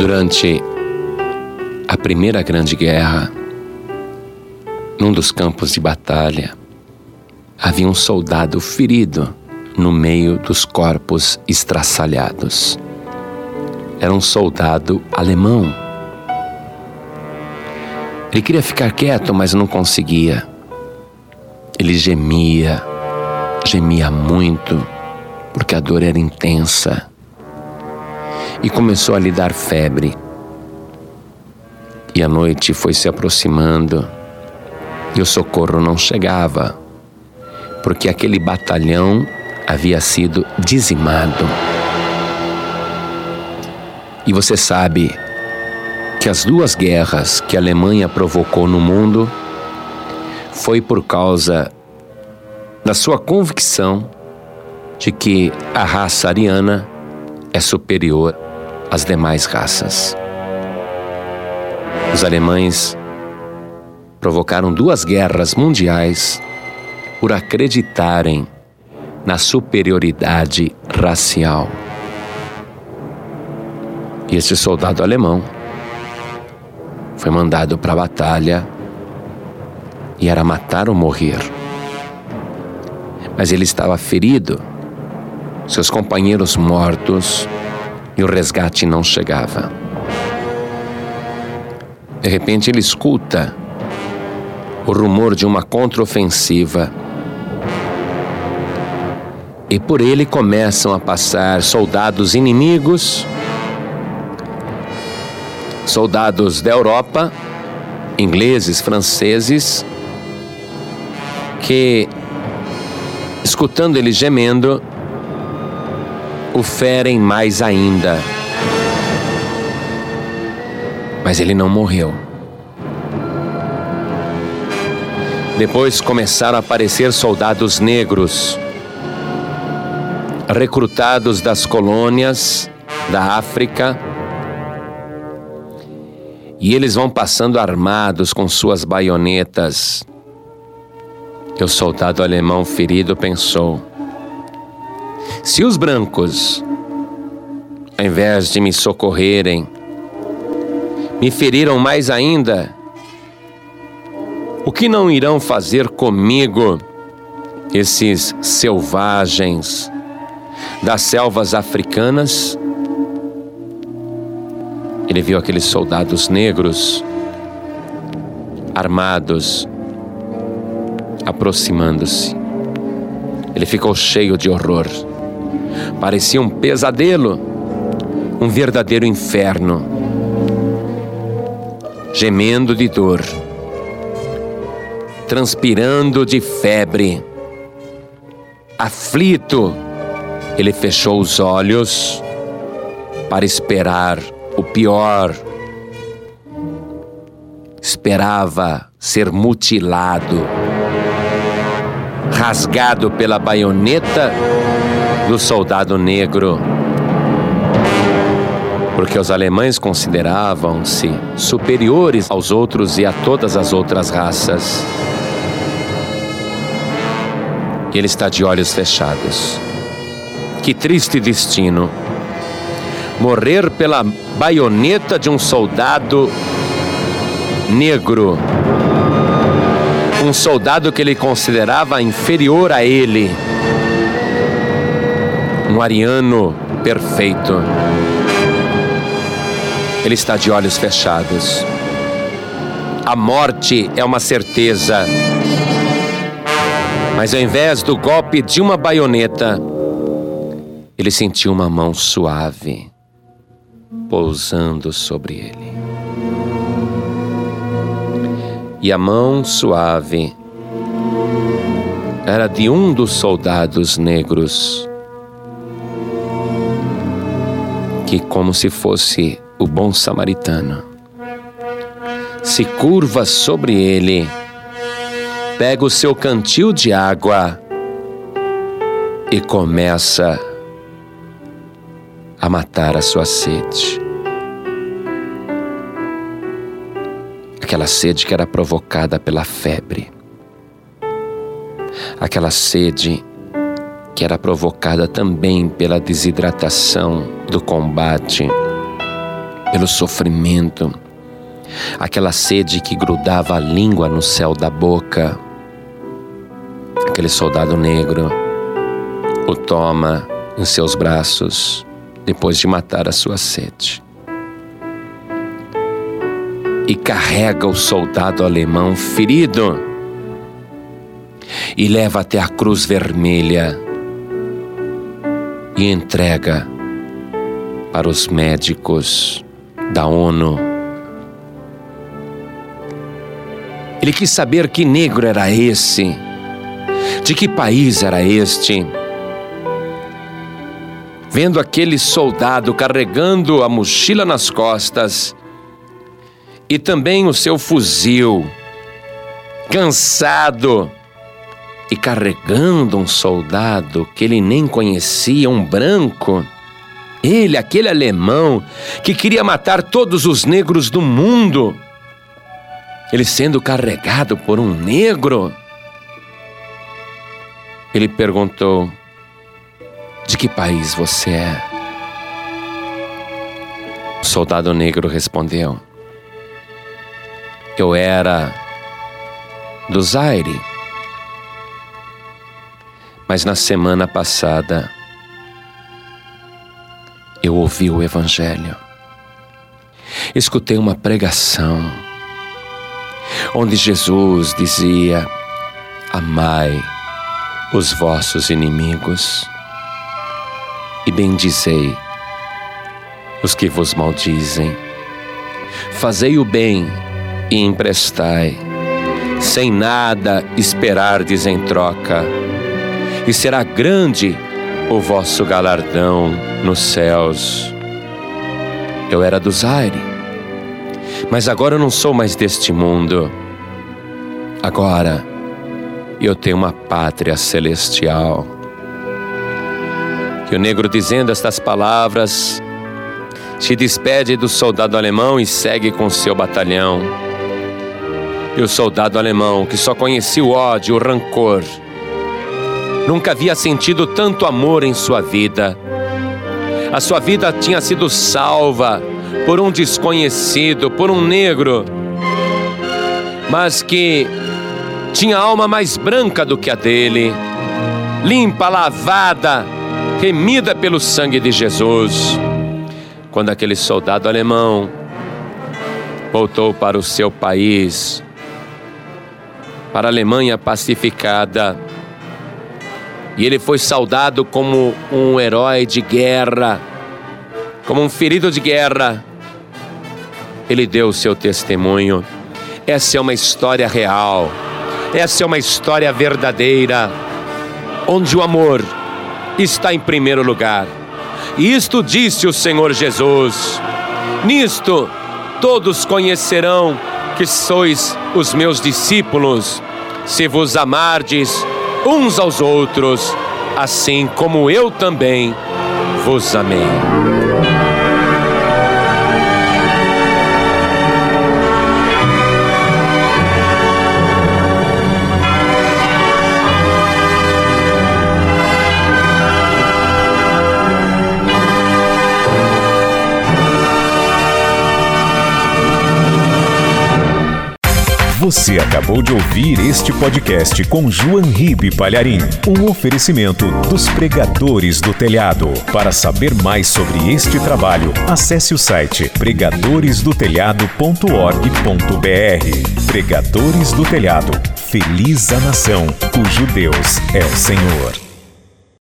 Durante a Primeira Grande Guerra, num dos campos de batalha, havia um soldado ferido no meio dos corpos estraçalhados. Era um soldado alemão. Ele queria ficar quieto, mas não conseguia. Ele gemia muito, porque a dor era intensa. E começou a lhe dar febre. E a noite foi se aproximando e o socorro não chegava, porque aquele batalhão havia sido dizimado. E você sabe que as duas guerras que a Alemanha provocou no mundo foi por causa da sua convicção de que a raça ariana é superior às demais raças. Os alemães provocaram duas guerras mundiais por acreditarem na superioridade racial. E esse soldado alemão foi mandado para a batalha e era matar ou morrer. Mas ele estava ferido, seus companheiros mortos, e o resgate não chegava. De repente ele escuta o rumor de uma contraofensiva e por ele começam a passar soldados inimigos, soldados da Europa, ingleses, franceses, que, escutando ele gemendo, o ferem mais ainda. Mas ele não morreu. Depois começaram a aparecer soldados negros, recrutados das colônias da África, e eles vão passando armados com suas baionetas. E o soldado alemão ferido pensou: se os brancos, ao invés de me socorrerem, me feriram mais ainda, o que não irão fazer comigo esses selvagens das selvas africanas? Ele viu aqueles soldados negros armados aproximando-se. Ele ficou cheio de horror. Parecia um pesadelo, um verdadeiro inferno. Gemendo de dor, transpirando de febre, aflito, ele fechou os olhos para esperar o pior. Esperava ser mutilado, rasgado pela baioneta do soldado negro, porque os alemães consideravam-se superiores aos outros e a todas as outras raças. E ele está de olhos fechados. Que triste destino! Morrer pela baioneta de um soldado negro, um soldado que ele considerava inferior a ele, um ariano perfeito. Ele está de olhos fechados. A morte é uma certeza, mas ao invés do golpe de uma baioneta, ele sentiu uma mão suave pousando sobre ele. E a mão suave era de um dos soldados negros, que, como se fosse o bom samaritano, se curva sobre ele, pega o seu cantil de água e começa a matar a sua sede. Aquela sede que era provocada pela febre. Aquela sede que era provocada também pela desidratação do combate. pelo sofrimento, aquela sede que grudava a língua no céu da boca. Aquele soldado negro o toma em seus braços depois de matar a sua sede. E carrega o soldado alemão ferido e leva até a Cruz Vermelha e entrega para os médicos da ONU. Ele quis saber que negro era esse, de que país era este. Vendo aquele soldado carregando a mochila nas costas e também o seu fuzil, cansado, e carregando um soldado que ele nem conhecia, um branco, ele, aquele alemão que queria matar todos os negros do mundo, ele sendo carregado por um negro. Ele perguntou: de que país você é? O soldado negro respondeu: eu era do Zaire, mas na semana passada eu ouvi o Evangelho. Escutei uma pregação onde Jesus dizia: amai os vossos inimigos e bendizei os que vos maldizem. Fazei o bem e emprestai, sem nada esperardes em troca, e será grande o vosso galardão nos céus. Eu era do Zaire, mas agora eu não sou mais deste mundo. Agora eu tenho uma pátria celestial. E o negro, dizendo estas palavras, se despede do soldado alemão e segue com seu batalhão. E o soldado alemão, que só conhecia o ódio, o rancor, nunca havia sentido tanto amor em sua vida. A sua vida tinha sido salva por um desconhecido, por um negro, mas que tinha a alma mais branca do que a dele, limpa, lavada, remida pelo sangue de Jesus. Quando aquele soldado alemão voltou para o seu país, para a Alemanha pacificada, e ele foi saudado como um herói de guerra, como um ferido de guerra, ele deu o seu testemunho. Essa é uma história real, essa é uma história verdadeira, onde o amor está em primeiro lugar. E isto disse o Senhor Jesus: nisto todos conhecerão que sois os meus discípulos, se vos amardes uns aos outros, assim como eu também vos amei. Você acabou de ouvir este podcast com João Ribe Palharim, um oferecimento dos Pregadores do Telhado. Para saber mais sobre este trabalho, acesse o site pregadoresdotelhado.org.br. Pregadores do Telhado, feliz a nação cujo Deus é o Senhor.